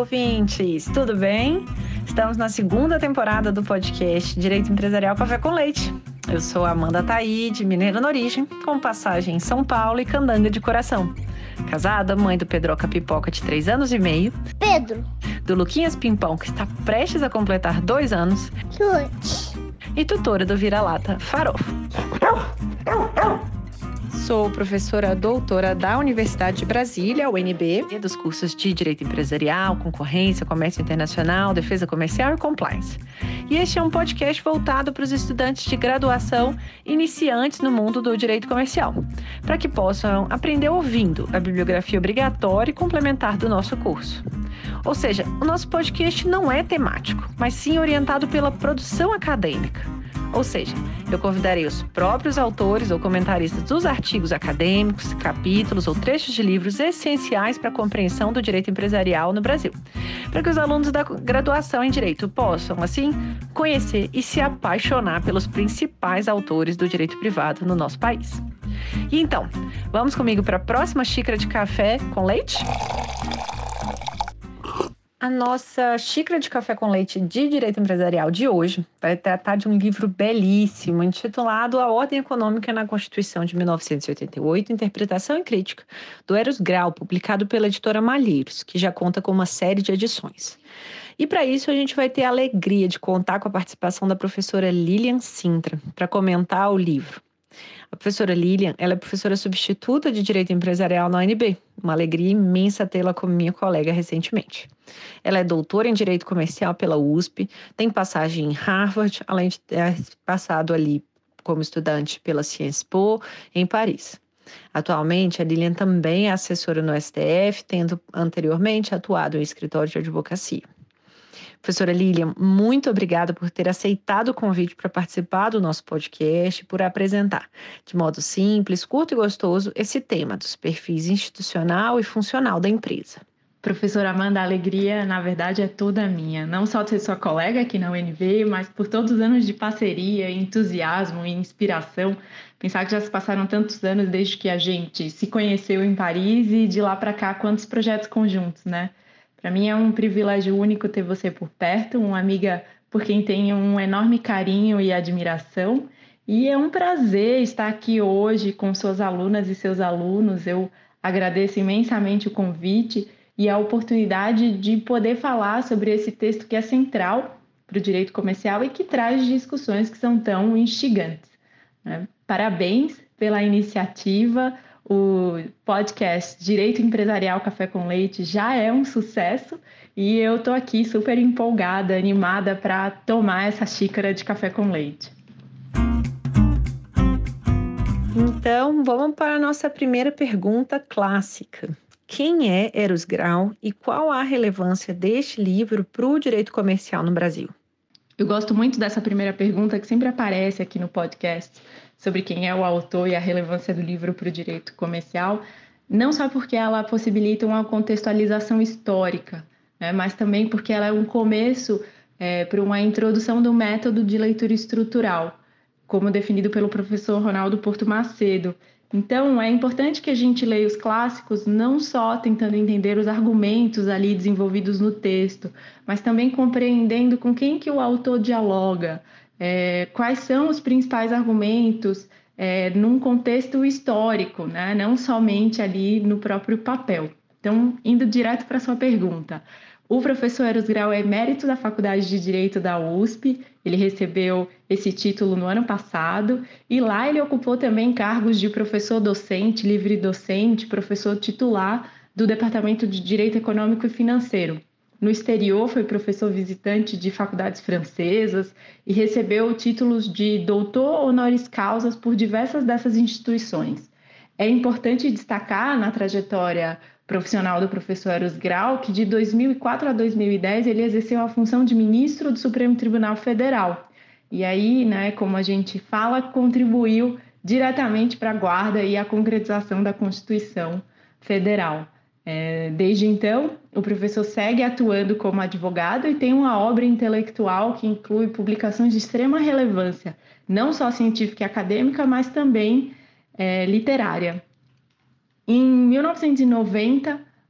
ouvintes! Tudo bem? Estamos na segunda temporada do podcast Direito Empresarial Café com Leite. Eu sou Amanda Taide, mineira na origem, com passagem em São Paulo e candanga de coração. Casada, mãe do Pedroca Pipoca de 3 anos e meio. Pedro. Do Luquinhas Pimpão, que está prestes a completar 2 anos. Chute. E tutora do Vira-Lata Farofo. Sou professora doutora da Universidade de Brasília, UNB, dos cursos de Direito Empresarial, Concorrência, Comércio Internacional, Defesa Comercial e Compliance. E este é um podcast voltado para os estudantes de graduação iniciantes no mundo do direito comercial, para que possam aprender ouvindo a bibliografia obrigatória e complementar do nosso curso. Ou seja, o nosso podcast não é temático, mas sim orientado pela produção acadêmica. Ou seja, eu convidarei os próprios autores ou comentaristas dos artigos acadêmicos, capítulos ou trechos de livros essenciais para a compreensão do direito empresarial no Brasil, para que os alunos da graduação em Direito possam, assim, conhecer e se apaixonar pelos principais autores do direito privado no nosso país. E então, vamos comigo para a próxima xícara de café com leite? A nossa xícara de café com leite de direito empresarial de hoje vai tratar de um livro belíssimo intitulado A Ordem Econômica na Constituição de 1988, Interpretação e Crítica, do Eros Grau, publicado pela editora Malheiros, que já conta com uma série de edições. E para isso a gente vai ter a alegria de contar com a participação da professora Lilian Sintra para comentar o livro. A professora Lilian, ela é professora substituta de Direito Empresarial na UNB. Uma alegria imensa tê-la como minha colega recentemente. Ela é doutora em Direito Comercial pela USP, tem passagem em Harvard, além de ter passado ali como estudante pela Sciences Po em Paris. Atualmente, a Lilian também é assessora no STF, tendo anteriormente atuado em escritório de advocacia. Professora Lilian, muito obrigada por ter aceitado o convite para participar do nosso podcast e por apresentar, de modo simples, curto e gostoso, esse tema dos perfis institucional e funcional da empresa. Professora Amanda, a alegria, na verdade, é toda minha. Não só de ser sua colega aqui na UNB, mas por todos os anos de parceria, entusiasmo e inspiração. Pensar que já se passaram tantos anos desde que a gente se conheceu em Paris e de lá para cá, quantos projetos conjuntos, né? Para mim é um privilégio único ter você por perto, uma amiga por quem tenho um enorme carinho e admiração. E é um prazer estar aqui hoje com suas alunas e seus alunos. Eu agradeço imensamente o convite e a oportunidade de poder falar sobre esse texto que é central para o direito comercial e que traz discussões que são tão instigantes, né? Parabéns pela iniciativa. O podcast Direito Empresarial Café com Leite já é um sucesso e eu estou aqui super empolgada, animada para tomar essa xícara de café com leite. Então, vamos para a nossa primeira pergunta clássica. Quem é Eros Grau e qual a relevância deste livro para o direito comercial no Brasil? Eu gosto muito dessa primeira pergunta que sempre aparece aqui no podcast, sobre quem é o autor e a relevância do livro para o direito comercial, não só porque ela possibilita uma contextualização histórica, né, mas também porque ela é um começo para uma introdução do método de leitura estrutural, como definido pelo professor Ronaldo Porto Macedo. Então, é importante que a gente leia os clássicos não só tentando entender os argumentos ali desenvolvidos no texto, mas também compreendendo com quem que o autor dialoga, quais são os principais argumentos num contexto histórico, né? Não somente ali no próprio papel. Então, indo direto para a sua pergunta, o professor Eros Grau é emérito da Faculdade de Direito da USP, ele recebeu esse título no ano passado e lá ele ocupou também cargos de professor docente, livre docente, professor titular do Departamento de Direito Econômico e Financeiro. No exterior, foi professor visitante de faculdades francesas e recebeu títulos de doutor honoris causa por diversas dessas instituições. É importante destacar na trajetória profissional do professor Eros Grau que de 2004 a 2010 ele exerceu a função de ministro do Supremo Tribunal Federal. E aí, né, como a gente fala, contribuiu diretamente para a guarda e a concretização da Constituição Federal. Desde então, o professor segue atuando como advogado e tem uma obra intelectual que inclui publicações de extrema relevância, não só científica e acadêmica, mas também literária. Em 1990,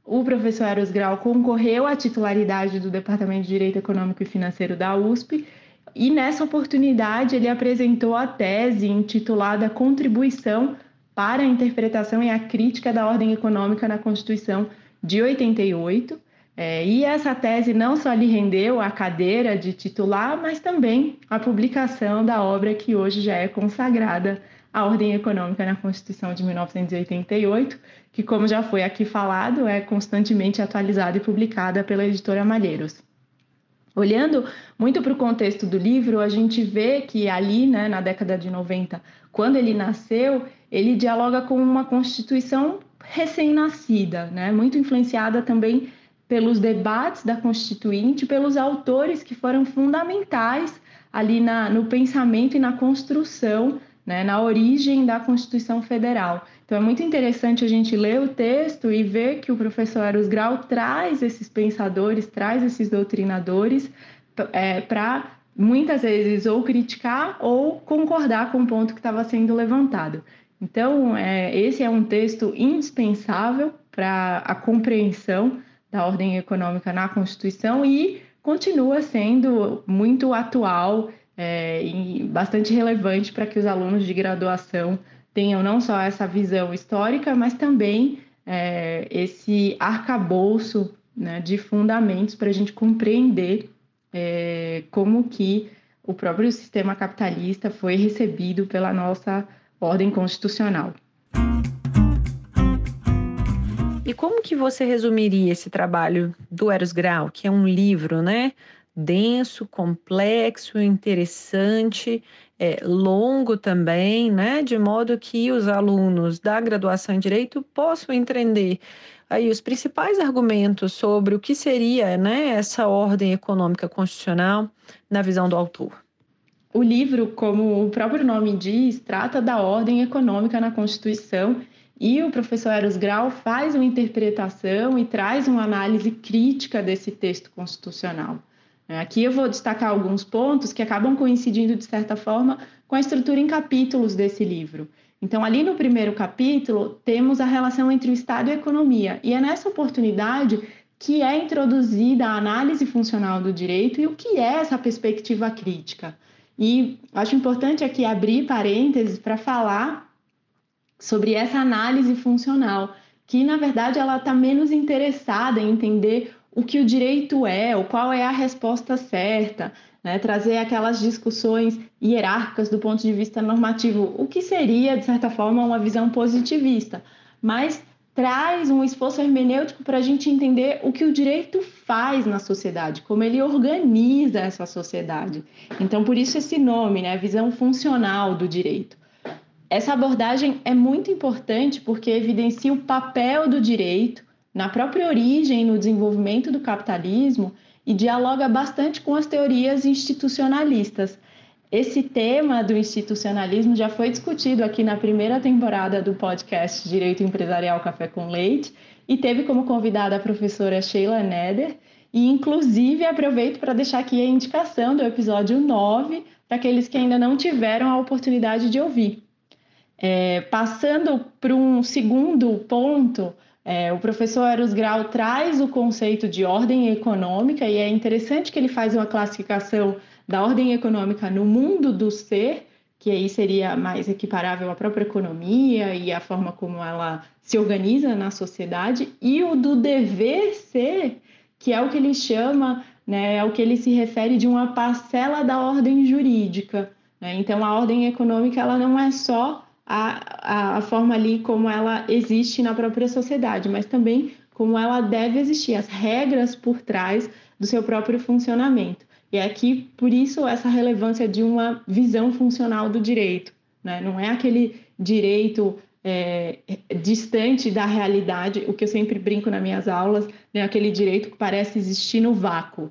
o professor Eros Grau concorreu à titularidade do Departamento de Direito Econômico e Financeiro da USP, e nessa oportunidade ele apresentou a tese intitulada Contribuição para a Interpretação e a Crítica da Ordem Econômica na Constituição de 88. E essa tese não só lhe rendeu a cadeira de titular, mas também a publicação da obra que hoje já é consagrada à Ordem Econômica na Constituição de 1988, que, como já foi aqui falado, é constantemente atualizada e publicada pela editora Malheiros. Olhando muito para o contexto do livro, a gente vê que ali, né, na década de 90, quando ele nasceu, ele dialoga com uma Constituição recém-nascida, né, muito influenciada também pelos debates da Constituinte, pelos autores que foram fundamentais ali no pensamento e na construção, né, na origem da Constituição Federal. Então, é muito interessante a gente ler o texto e ver que o professor Eros Grau traz esses pensadores, traz esses doutrinadores para, muitas vezes, ou criticar ou concordar com o ponto que estava sendo levantado. Então, esse é um texto indispensável para a compreensão da ordem econômica na Constituição e continua sendo muito atual e bastante relevante para que os alunos de graduação tenham não só essa visão histórica, mas também esse arcabouço, né, de fundamentos para a gente compreender como que o próprio sistema capitalista foi recebido pela nossa ordem constitucional. E como que você resumiria esse trabalho do Eros Grau, que é um livro, né, denso, complexo, interessante, longo também, né, de modo que os alunos da graduação em Direito possam entender aí os principais argumentos sobre o que seria, né, essa ordem econômica constitucional na visão do autor? O livro, como o próprio nome diz, trata da ordem econômica na Constituição e o professor Eros Grau faz uma interpretação e traz uma análise crítica desse texto constitucional. Aqui eu vou destacar alguns pontos que acabam coincidindo, de certa forma, com a estrutura em capítulos desse livro. Então, ali no primeiro capítulo, temos a relação entre o Estado e a economia, e é nessa oportunidade que é introduzida a análise funcional do direito e o que é essa perspectiva crítica. E acho importante aqui abrir parênteses para falar sobre essa análise funcional, que, na verdade, ela está menos interessada em entender o que o direito é, ou qual é a resposta certa, né? Trazer aquelas discussões hierárquicas do ponto de vista normativo, o que seria, de certa forma, uma visão positivista, mas traz um esforço hermenêutico para a gente entender o que o direito faz na sociedade, como ele organiza essa sociedade. Então, por isso esse nome, né? Visão funcional do direito. Essa abordagem é muito importante porque evidencia o papel do direito na própria origem e no desenvolvimento do capitalismo e dialoga bastante com as teorias institucionalistas. Esse tema do institucionalismo já foi discutido aqui na primeira temporada do podcast Direito Empresarial Café com Leite e teve como convidada a professora Sheila Neder. E, inclusive, aproveito para deixar aqui a indicação do episódio 9 para aqueles que ainda não tiveram a oportunidade de ouvir. Passando para um segundo ponto, o professor Eros Grau traz o conceito de ordem econômica e é interessante que ele faz uma classificação da ordem econômica no mundo do ser, que aí seria mais equiparável à própria economia e à forma como ela se organiza na sociedade, e o do dever ser, que é o que ele chama, né, é o que ele se refere de uma parcela da ordem jurídica, né? Então, a ordem econômica ela não é só a forma ali como ela existe na própria sociedade, mas também como ela deve existir, as regras por trás do seu próprio funcionamento. E aqui, por isso, essa relevância de uma visão funcional do direito, né? Não é aquele direito distante da realidade, o que eu sempre brinco nas minhas aulas, né? Aquele direito que parece existir no vácuo.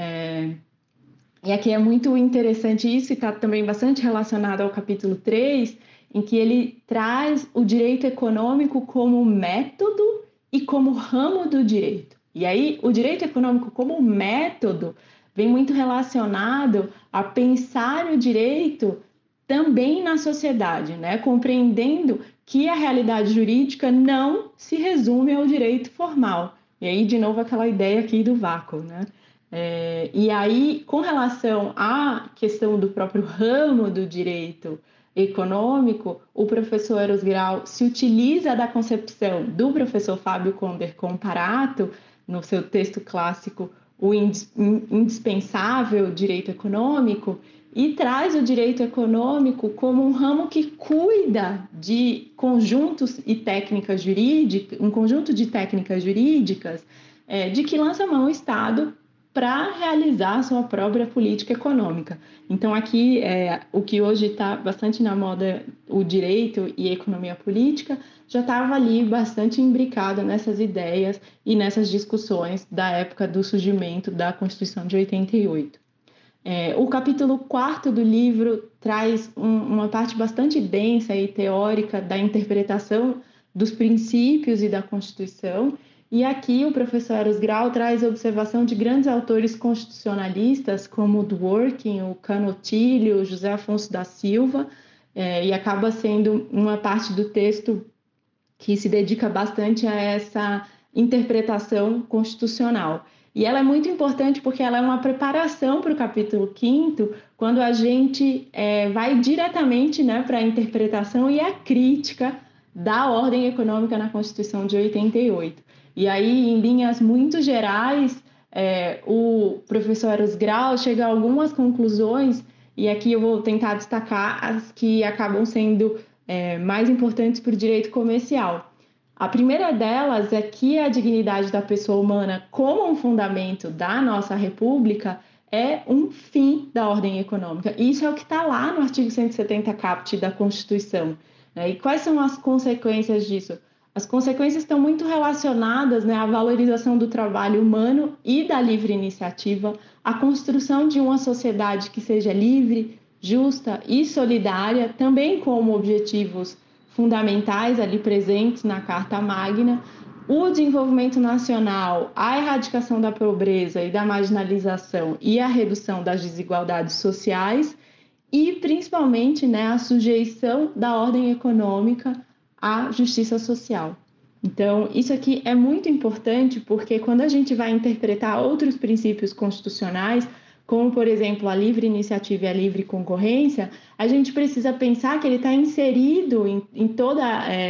E aqui é muito interessante isso, e está também bastante relacionado ao capítulo 3, em que ele traz o direito econômico como método e como ramo do direito. E aí, o direito econômico como método vem muito relacionado a pensar o direito também na sociedade, né? Compreendendo que a realidade jurídica não se resume ao direito formal. E aí, de novo, aquela ideia aqui do vácuo, né? E aí, com relação à questão do próprio ramo do direito econômico, o professor Eros Grau se utiliza da concepção do professor Fábio Conder Comparato, no seu texto clássico, o indispensável direito econômico, e traz o direito econômico como um ramo que cuida de conjuntos e técnicas jurídicas, um conjunto de técnicas jurídicas de que lança mão o Estado para realizar a sua própria política econômica. Então, aqui, o que hoje está bastante na moda, o direito e a economia política, já estava ali bastante imbricado nessas ideias e nessas discussões da época do surgimento da Constituição de 88. O capítulo 4 do livro traz uma parte bastante densa e teórica da interpretação dos princípios e da Constituição, e aqui o professor Eros Grau traz a observação de grandes autores constitucionalistas, como o Dworkin, o Cano Ottílio, o José Afonso da Silva, e acaba sendo uma parte do texto que se dedica bastante a essa interpretação constitucional. E ela é muito importante porque ela é uma preparação para o capítulo 5º, quando a gente vai diretamente, né, para a interpretação e a crítica da ordem econômica na Constituição de 88. E aí, em linhas muito gerais, o professor Eros Grau chega a algumas conclusões, e aqui eu vou tentar destacar as que acabam sendo mais importantes para o direito comercial. A primeira delas é que a dignidade da pessoa humana, como um fundamento da nossa República, é um fim da ordem econômica. Isso é o que está lá no artigo 170 caput da Constituição. E quais são as consequências disso? As consequências estão muito relacionadas, né, à valorização do trabalho humano e da livre iniciativa, à construção de uma sociedade que seja livre, justa e solidária, também como objetivos fundamentais ali presentes na Carta Magna, o desenvolvimento nacional, a erradicação da pobreza e da marginalização e a redução das desigualdades sociais e, principalmente, né, a sujeição da ordem econômica à justiça social. Então, isso aqui é muito importante porque quando a gente vai interpretar outros princípios constitucionais, como, por exemplo, a livre iniciativa e a livre concorrência, a gente precisa pensar que ele está inserido em toda...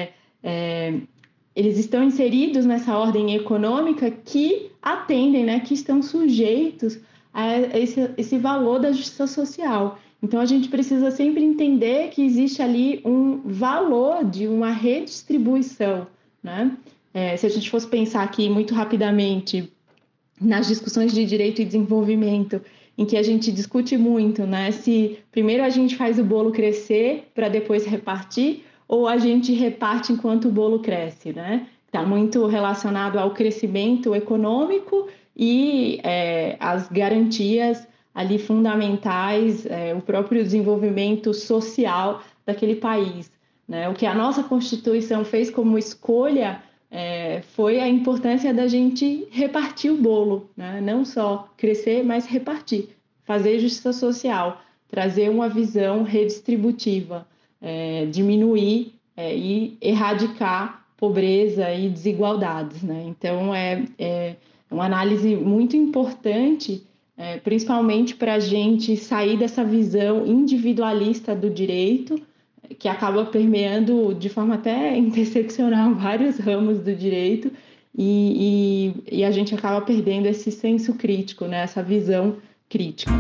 eles estão inseridos nessa ordem econômica que atendem, né, que estão sujeitos a esse valor da justiça social. Então, a gente precisa sempre entender que existe ali um valor de uma redistribuição, né? Se a gente fosse pensar aqui muito rapidamente nas discussões de direito e desenvolvimento, em que a gente discute muito, né? Se primeiro a gente faz o bolo crescer para depois repartir, ou a gente reparte enquanto o bolo cresce, né? Está muito relacionado ao crescimento econômico e as garantias ali fundamentais, o próprio desenvolvimento social daquele país, né? O que a nossa Constituição fez como escolha foi a importância da gente repartir o bolo, né? Não só crescer, mas repartir, fazer justiça social, trazer uma visão redistributiva, diminuir e erradicar pobreza e desigualdades, né? Então, é uma análise muito importante, principalmente para a gente sair dessa visão individualista do direito, que acaba permeando de forma até interseccional vários ramos do direito, e a gente acaba perdendo esse senso crítico, né? Essa visão crítica.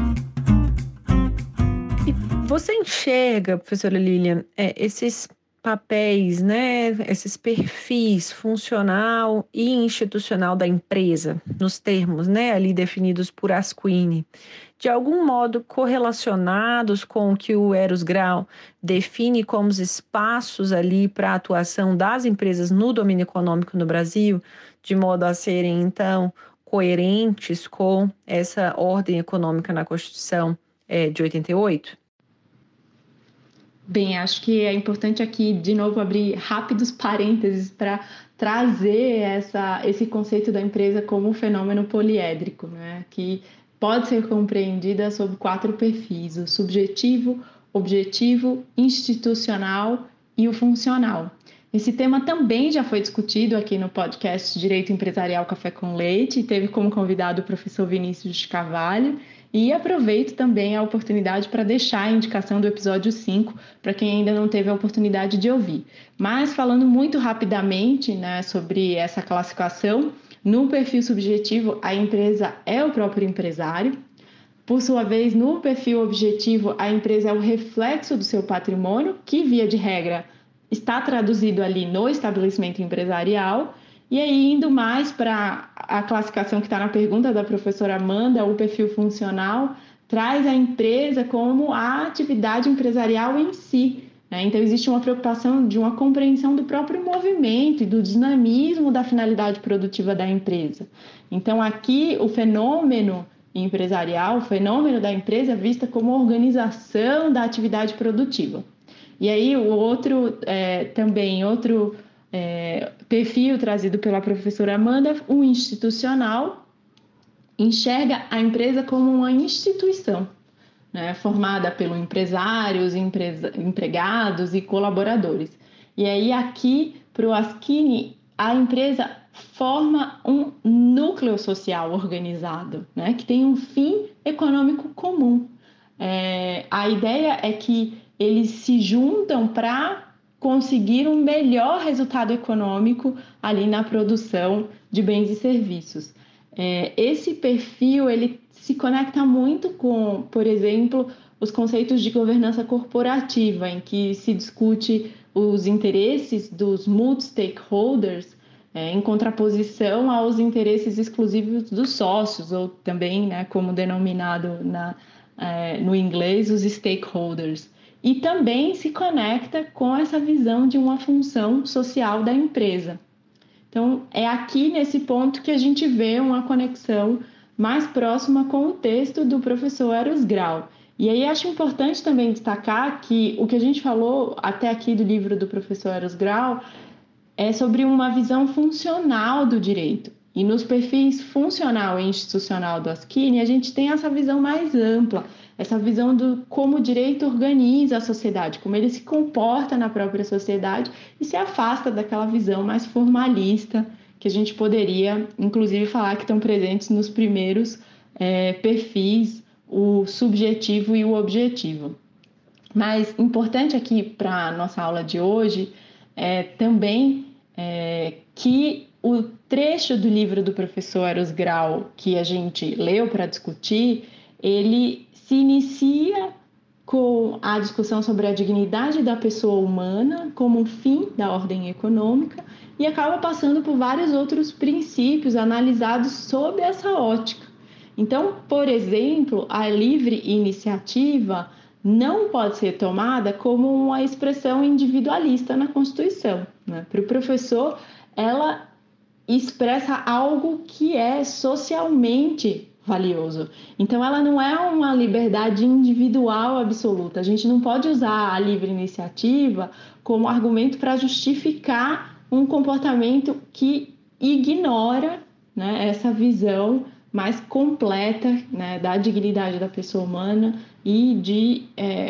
E você enxerga, professora Lilian, esses papéis, né, esses perfis funcional e institucional da empresa, nos termos, né, ali definidos por Asquini, de algum modo correlacionados com o que o Eros Grau define como os espaços ali para a atuação das empresas no domínio econômico no Brasil, de modo a serem, então, coerentes com essa ordem econômica na Constituição de 88? Bem, acho que é importante aqui, de novo, abrir rápidos parênteses para trazer esse conceito da empresa como um fenômeno poliédrico, né? Que pode ser compreendida sob 4 perfis: o subjetivo, objetivo, institucional e o funcional. Esse tema também já foi discutido aqui no podcast Direito Empresarial Café com Leite, e teve como convidado o professor Vinícius de Carvalho. E aproveito também a oportunidade para deixar a indicação do episódio 5 para quem ainda não teve a oportunidade de ouvir. Mas falando muito rapidamente, né, sobre essa classificação, no perfil subjetivo, a empresa é o próprio empresário. Por sua vez, no perfil objetivo, a empresa é o reflexo do seu patrimônio, que, via de regra, está traduzido ali no estabelecimento empresarial. E aí, indo mais para a classificação que está na pergunta da professora Amanda, o perfil funcional traz a empresa como a atividade empresarial em si, né? Então, existe uma preocupação de uma compreensão do próprio movimento e do dinamismo da finalidade produtiva da empresa. Então, aqui, o fenômeno empresarial, o fenômeno da empresa é vista como organização da atividade produtiva. E aí o outro perfil trazido pela professora Amanda, o institucional, enxerga a empresa como uma instituição, né, formada pelos empresários, empregados e colaboradores. E aí aqui, para o Aschini, a empresa forma um núcleo social organizado, né, que tem um fim econômico comum. A ideia é que eles se juntam para conseguir um melhor resultado econômico ali na produção de bens e serviços. Esse perfil ele se conecta muito com, por exemplo, os conceitos de governança corporativa, em que se discute os interesses dos multi-stakeholders em contraposição aos interesses exclusivos dos sócios, ou também, né, como denominado no inglês, os stakeholders. E também se conecta com essa visão de uma função social da empresa. Então, é aqui nesse ponto que a gente vê uma conexão mais próxima com o texto do professor Eros Grau. E aí acho importante também destacar que o que a gente falou até aqui do livro do professor Eros Grau é sobre uma visão funcional do direito. E nos perfis funcional e institucional do Aschini, a gente tem essa visão mais ampla, essa visão do como o direito organiza a sociedade, como ele se comporta na própria sociedade e se afasta daquela visão mais formalista que a gente poderia, inclusive, falar que estão presentes nos primeiros perfis, o subjetivo e o objetivo. Mas importante aqui para a nossa aula de hoje também que o trecho do livro do professor Eros Grau que a gente leu para discutir, ele se inicia com a discussão sobre a dignidade da pessoa humana como um fim da ordem econômica e acaba passando por vários outros princípios analisados sob essa ótica. Então, por exemplo, a livre iniciativa não pode ser tomada como uma expressão individualista na Constituição, né? Para o professor, ela expressa algo que é socialmente valioso. Então, ela não é uma liberdade individual absoluta. A gente não pode usar a livre iniciativa como argumento para justificar um comportamento que ignora, né, essa visão mais completa, né, da dignidade da pessoa humana e de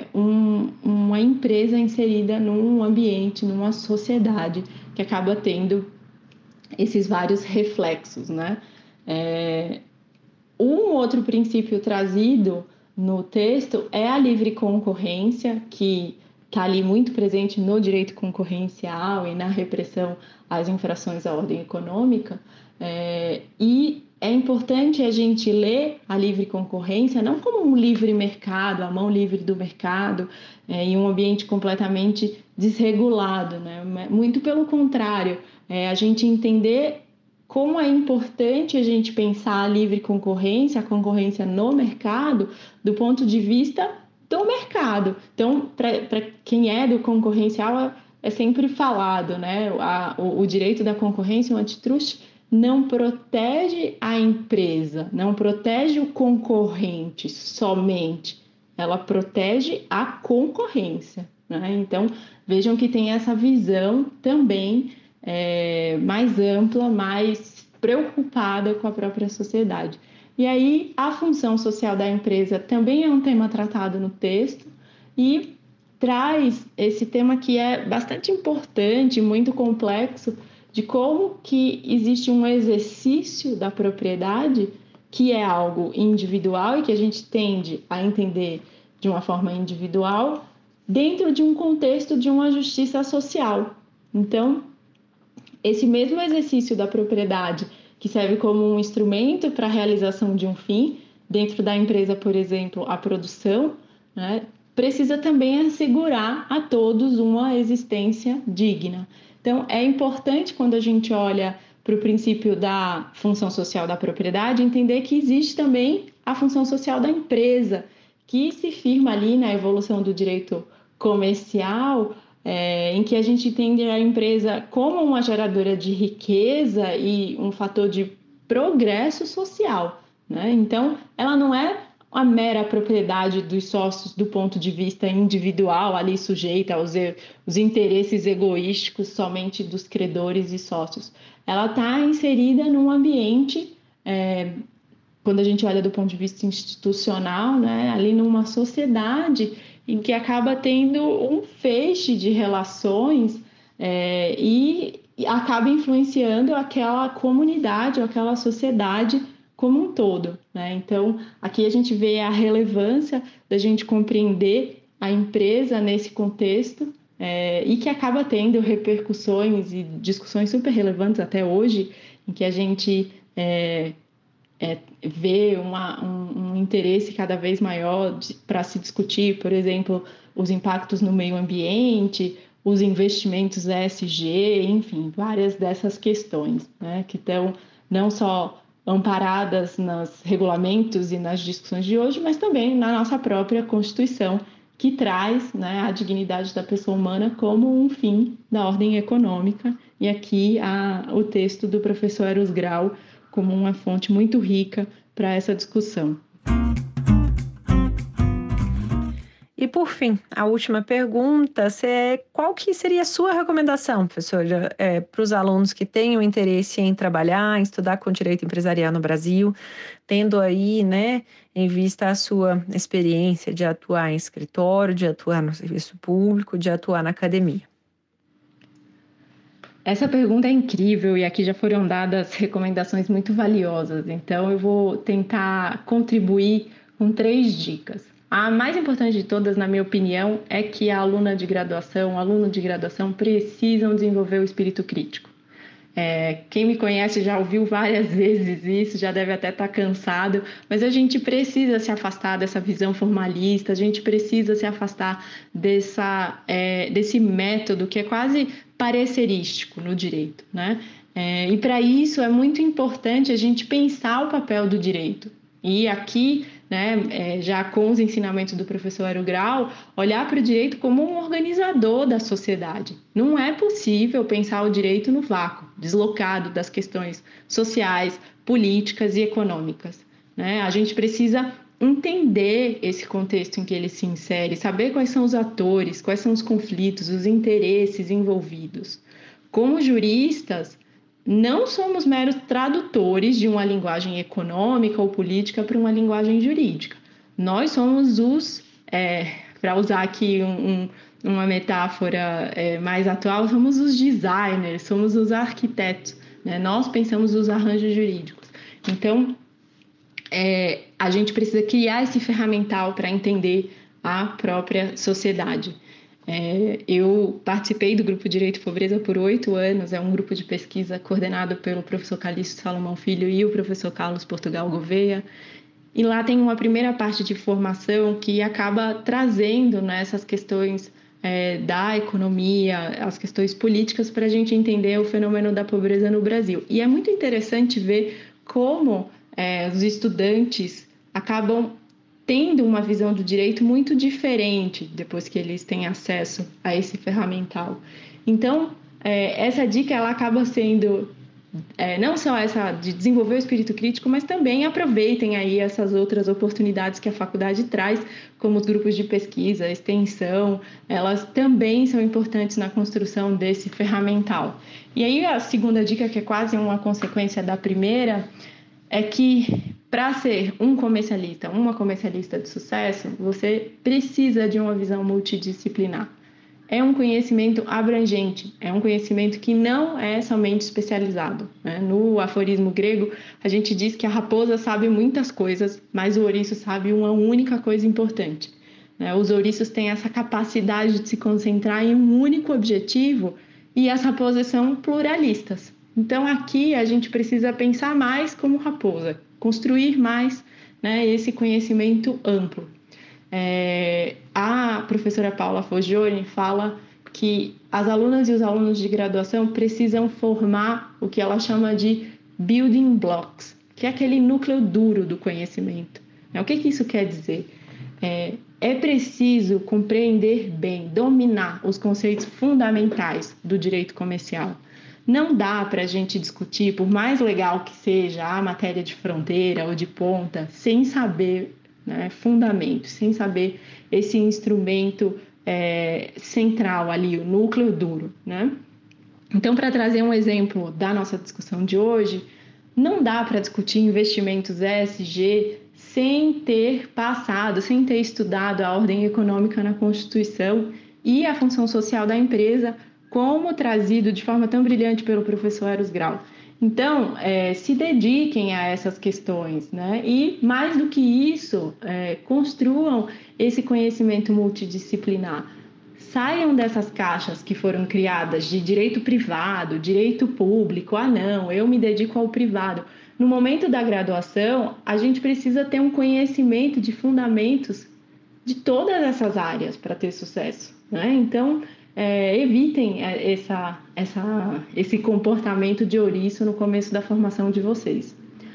uma empresa inserida num ambiente, numa sociedade que acaba tendo esses vários reflexos, né? Um outro princípio trazido no texto é a livre concorrência, que está ali muito presente no direito concorrencial e na repressão às infrações à ordem econômica, e é importante a gente ler a livre concorrência não como um livre mercado, a mão livre do mercado, em um ambiente completamente desregulado, né? Muito pelo contrário, a gente entender como é importante a gente pensar a livre concorrência, a concorrência no mercado, do ponto de vista do mercado. Então, para quem é do concorrencial, é sempre falado, né? O direito da concorrência, o antitrust, não protege a empresa, não protege o concorrente somente, ela protege a concorrência, né? Então, vejam que tem essa visão também mais ampla, mais preocupada com a própria sociedade. E aí, a função social da empresa também é um tema tratado no texto e traz esse tema que é bastante importante, muito complexo, de como que existe um exercício da propriedade que é algo individual e que a gente tende a entender de uma forma individual dentro de um contexto de uma justiça social. Então, esse mesmo exercício da propriedade, que serve como um instrumento para a realização de um fim, dentro da empresa, por exemplo, a produção, né, precisa também assegurar a todos uma existência digna. Então, é importante, quando a gente olha para o princípio da função social da propriedade, entender que existe também a função social da empresa, que se firma ali na evolução do direito comercial, em que a gente entende a empresa como uma geradora de riqueza e um fator de progresso social, né? Então, ela não é a mera propriedade dos sócios do ponto de vista individual, ali sujeita aos interesses egoísticos somente dos credores e sócios. Ela está inserida num ambiente, quando a gente olha do ponto de vista institucional, né, ali numa sociedade em que acaba tendo um feixe de relações e acaba influenciando aquela comunidade ou aquela sociedade como um todo, né? Então, aqui a gente vê a relevância da gente compreender a empresa nesse contexto e que acaba tendo repercussões e discussões super relevantes até hoje, em que a gente vê um interesse cada vez maior para se discutir, por exemplo, os impactos no meio ambiente, os investimentos ESG, enfim, várias dessas questões, né, que estão não só amparadas nos regulamentos e nas discussões de hoje, mas também na nossa própria Constituição, que traz, né, a dignidade da pessoa humana como um fim da ordem econômica. E aqui o texto do professor Eros Grau como uma fonte muito rica para essa discussão. E por fim, a última pergunta, qual que seria a sua recomendação, professora, para os alunos que tenham interesse em trabalhar, em estudar com direito empresarial no Brasil, tendo aí, né, em vista a sua experiência de atuar em escritório, de atuar no serviço público, de atuar na academia? Essa pergunta é incrível e aqui já foram dadas recomendações muito valiosas, então eu vou tentar contribuir com 3 dicas. A mais importante de todas, na minha opinião, é que a aluna de graduação, o aluno de graduação precisam desenvolver o espírito crítico. Quem me conhece já ouviu várias vezes isso, já deve até estar cansado, mas a gente precisa se afastar dessa visão formalista, a gente precisa se afastar desse método que é quase parecerístico no direito, né? E para isso é muito importante a gente pensar o papel do direito. E aqui, né, já com os ensinamentos do professor Eros Grau, olhar para o direito como um organizador da sociedade. Não é possível pensar o direito no vácuo, deslocado das questões sociais, políticas e econômicas, né? A gente precisa entender esse contexto em que ele se insere, saber quais são os atores, quais são os conflitos, os interesses envolvidos. Como juristas, não somos meros tradutores de uma linguagem econômica ou política para uma linguagem jurídica. Nós somos para usar aqui uma metáfora mais atual, somos os designers, somos os arquitetos, né? Nós pensamos os arranjos jurídicos. Então, a gente precisa criar esse ferramental para entender a própria sociedade. Eu participei do Grupo Direito e Pobreza por 8 anos, é um grupo de pesquisa coordenado pelo professor Calixto Salomão Filho e o professor Carlos Portugal Gouveia, e lá tem uma primeira parte de formação que acaba trazendo, né, essas questões da economia, as questões políticas para a gente entender o fenômeno da pobreza no Brasil. E é muito interessante ver como os estudantes acabam tendo uma visão do direito muito diferente depois que eles têm acesso a esse ferramental. Então, essa dica ela acaba sendo não só essa de desenvolver o espírito crítico, mas também aproveitem aí essas outras oportunidades que a faculdade traz, como os grupos de pesquisa, extensão, elas também são importantes na construção desse ferramental. E aí a segunda dica, que é quase uma consequência da primeira, é que Para ser um comercialista, uma comercialista de sucesso, você precisa de uma visão multidisciplinar. É um conhecimento abrangente, é um conhecimento que não é somente especializado, né? No aforismo grego, a gente diz que a raposa sabe muitas coisas, mas o ouriço sabe uma única coisa importante, né? Os ouriços têm essa capacidade de se concentrar em um único objetivo e as raposas são pluralistas. Então, aqui a gente precisa pensar mais como raposa, construir mais, né, esse conhecimento amplo. A professora Paula Foggioni fala que as alunas e os alunos de graduação precisam formar o que ela chama de building blocks, que é aquele núcleo duro do conhecimento. O que isso quer dizer? É preciso compreender bem, dominar os conceitos fundamentais do direito comercial. Não dá para a gente discutir, por mais legal que seja a matéria de fronteira ou de ponta, sem saber, né, fundamentos, sem saber esse instrumento central ali, o núcleo duro, né? Então, para trazer um exemplo da nossa discussão de hoje, não dá para discutir investimentos ESG sem ter passado, sem ter estudado a ordem econômica na Constituição e a função social da empresa, como trazido de forma tão brilhante pelo professor Eros Grau. Então, se dediquem a essas questões, né? E, mais do que isso, construam esse conhecimento multidisciplinar. Saiam dessas caixas que foram criadas de direito privado, direito público. Ah, não, eu me dedico ao privado. No momento da graduação, a gente precisa ter um conhecimento de fundamentos de todas essas áreas para ter sucesso, né? Então, evitem esse comportamento de ouriço no começo da formação de vocês.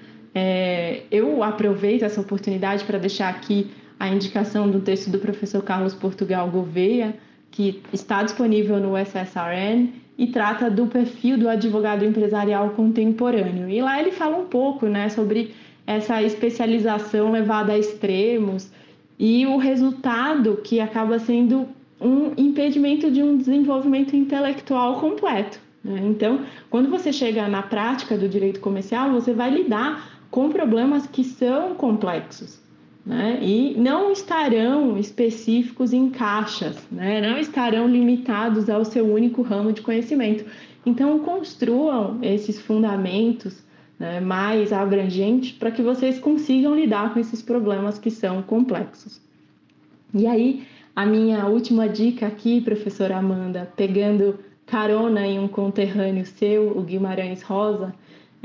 Eu aproveito essa oportunidade para deixar aqui a indicação do texto do professor Carlos Portugal Gouveia, que está disponível no SSRN e trata do perfil do advogado empresarial contemporâneo. E lá ele fala um pouco, né, sobre essa especialização levada a extremos e o resultado que acaba sendo um impedimento de um desenvolvimento intelectual completo, né? Então, quando você chega na prática do direito comercial, você vai lidar com problemas que são complexos, né? E não estarão específicos em caixas, né? Não estarão limitados ao seu único ramo de conhecimento. Então, construam esses fundamentos, né, mais abrangentes para que vocês consigam lidar com esses problemas que são complexos. E aí, a minha última dica aqui, professora Amanda, pegando carona em um conterrâneo seu, o Guimarães Rosa,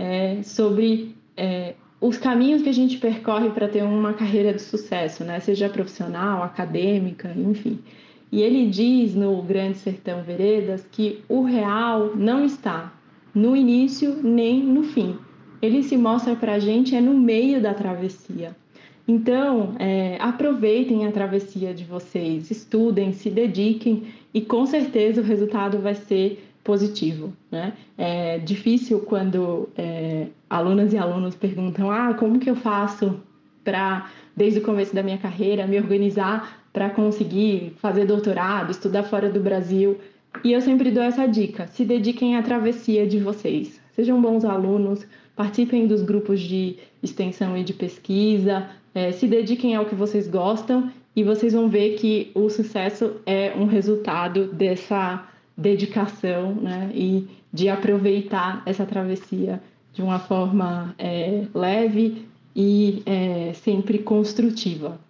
sobre os caminhos que a gente percorre para ter uma carreira de sucesso, né? Seja profissional, acadêmica, enfim. E ele diz no Grande Sertão Veredas que o real não está no início nem no fim. Ele se mostra para a gente no meio da travessia. Então, aproveitem a travessia de vocês, estudem, se dediquem e com certeza o resultado vai ser positivo, né? É difícil quando alunas e alunos perguntam: como que eu faço para, desde o começo da minha carreira, me organizar para conseguir fazer doutorado, estudar fora do Brasil? E eu sempre dou essa dica: se dediquem à travessia de vocês, sejam bons alunos, participem dos grupos de extensão e de pesquisa, se dediquem ao que vocês gostam e vocês vão ver que o sucesso é um resultado dessa dedicação, né, e de aproveitar essa travessia de uma forma leve e sempre construtiva.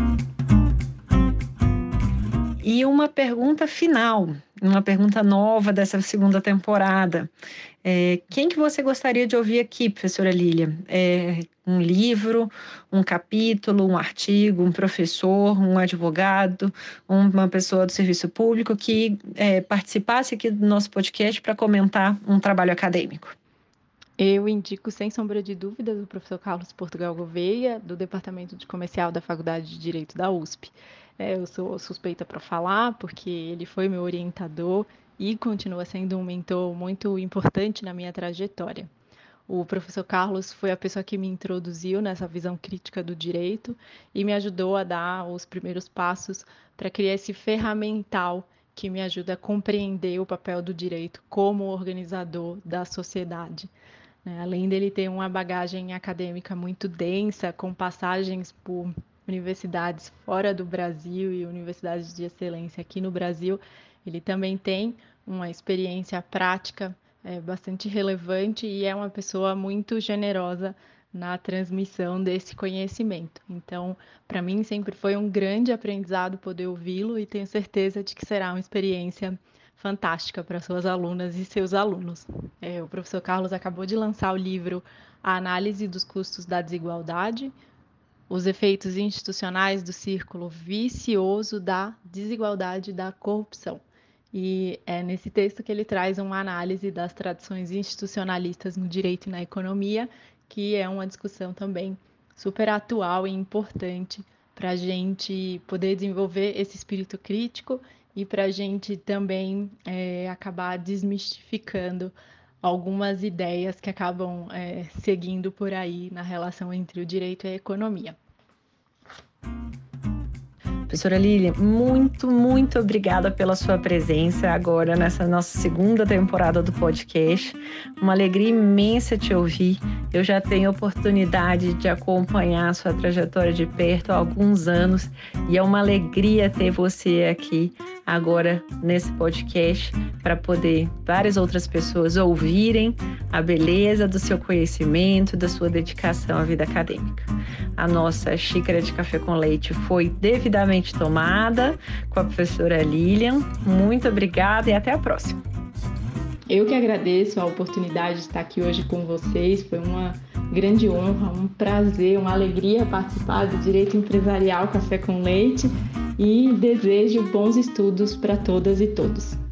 E uma pergunta final, uma pergunta nova dessa segunda temporada. Quem que você gostaria de ouvir aqui, professora Lília? Um livro, um capítulo, um artigo, um professor, um advogado, uma pessoa do serviço público que participasse aqui do nosso podcast para comentar um trabalho acadêmico? Eu indico, sem sombra de dúvidas, o professor Carlos Portugal Gouveia, do Departamento de Comercial da Faculdade de Direito da USP. Eu sou suspeita para falar, porque ele foi meu orientador e continua sendo um mentor muito importante na minha trajetória. O professor Carlos foi a pessoa que me introduziu nessa visão crítica do direito e me ajudou a dar os primeiros passos para criar esse ferramental que me ajuda a compreender o papel do direito como organizador da sociedade. né? Além dele ter uma bagagem acadêmica muito densa, com passagens por universidades fora do Brasil e universidades de excelência aqui no Brasil, ele também tem uma experiência prática bastante relevante e é uma pessoa muito generosa na transmissão desse conhecimento. Então, para mim, sempre foi um grande aprendizado poder ouvi-lo e tenho certeza de que será uma experiência fantástica para suas alunas e seus alunos. O professor Carlos acabou de lançar o livro A Análise dos Custos da Desigualdade, os efeitos institucionais do círculo vicioso da desigualdade e da corrupção. E é nesse texto que ele traz uma análise das tradições institucionalistas no direito e na economia, que é uma discussão também super atual e importante para a gente poder desenvolver esse espírito crítico e para a gente também acabar desmistificando algumas ideias que acabam seguindo por aí na relação entre o direito e a economia. Professora Lilian, muito obrigada pela sua presença agora nessa nossa segunda temporada do podcast. Uma alegria imensa te ouvir. Eu já tenho oportunidade de acompanhar a sua trajetória de perto há alguns anos e é uma alegria ter você aqui agora nesse podcast para poder várias outras pessoas ouvirem a beleza do seu conhecimento, da sua dedicação à vida acadêmica. A nossa xícara de café com leite foi devidamente tomada com a professora Lilian. Muito obrigada e até a próxima. Eu que agradeço a oportunidade de estar aqui hoje com vocês. Foi uma grande honra, um prazer, uma alegria participar do Direito Empresarial Café com Leite e desejo bons estudos para todas e todos.